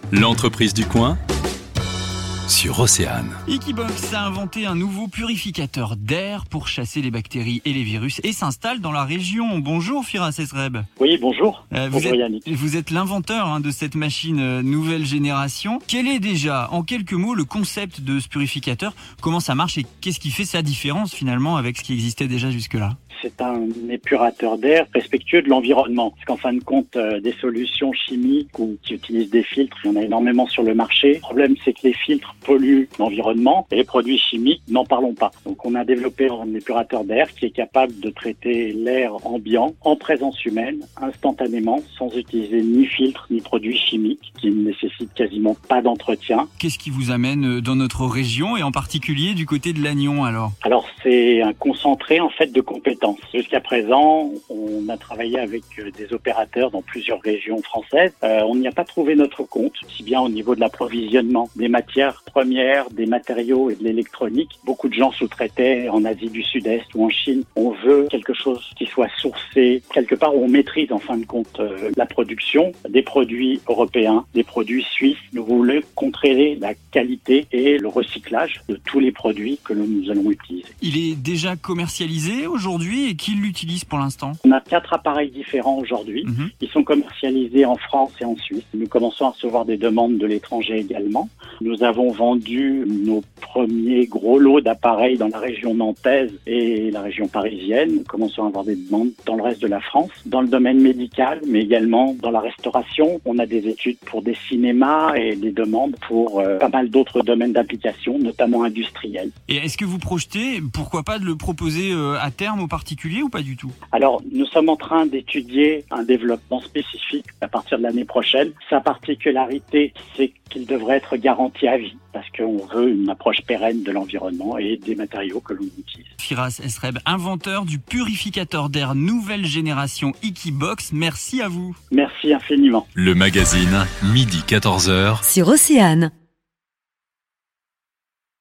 L'entreprise du coin sur Océane. Equibox a inventé un nouveau purificateur d'air pour chasser les bactéries et les virus et s'installe dans la région. Bonjour Firas Esreb. Oui, bonjour. Bonjour Yannick. Vous êtes l'inventeur de cette machine nouvelle génération. Quel est déjà, en quelques mots, le concept de ce purificateur? Comment ça marche et qu'est-ce qui fait sa différence finalement avec ce qui existait déjà jusque-là? C'est un épurateur d'air respectueux de l'environnement. Parce qu'en fin de compte, des solutions chimiques ou qui utilisent des filtres, il y en a énormément sur le marché. Le problème, c'est que les filtres polluent l'environnement et les produits chimiques, n'en parlons pas. Donc on a développé un épurateur d'air qui est capable de traiter l'air ambiant en présence humaine, instantanément, sans utiliser ni filtre ni produits chimiques, qui ne nécessitent quasiment pas d'entretien. Qu'est-ce qui vous amène dans notre région et en particulier du côté de Lannion alors? Alors c'est un concentré en fait de compétences. Jusqu'à présent, on a travaillé avec des opérateurs dans plusieurs régions françaises. On n'y a pas trouvé notre compte, si bien au niveau de l'approvisionnement des matières premières, des matériaux et de l'électronique. Beaucoup de gens sous-traitaient en Asie du Sud-Est ou en Chine. On veut quelque chose qui soit sourcé quelque part où on maîtrise en fin de compte la production des produits européens, des produits suisses. Nous voulons contrôler la qualité et le recyclage de tous les produits que nous allons utiliser. Il est déjà commercialisé aujourd'hui et qui l'utilise pour l'instant? On a 4 appareils différents aujourd'hui. Ils sont commercialisés en France et en Suisse. Nous commençons à recevoir des demandes de l'étranger également. Nous avons vendu nos premiers gros lots d'appareils dans la région nantaise et la région parisienne. Nous commençons à avoir des demandes dans le reste de la France, dans le domaine médical, mais également dans la restauration. On a des études pour des cinémas et des demandes pour pas mal d'autres domaines d'application, notamment industriels. Et est-ce que vous projetez, pourquoi pas, de le proposer à terme aux particuliers ou pas du tout? Alors, nous sommes en train d'étudier un développement spécifique à partir de l'année prochaine. Sa particularité, c'est qu'il devrait être garanti à vie, parce qu'on veut une approche pérenne de l'environnement et des matériaux que l'on utilise. Firas Esreb, inventeur du purificateur d'air nouvelle génération Equibox, merci à vous. Merci infiniment. Le magazine, midi 14h sur Océane.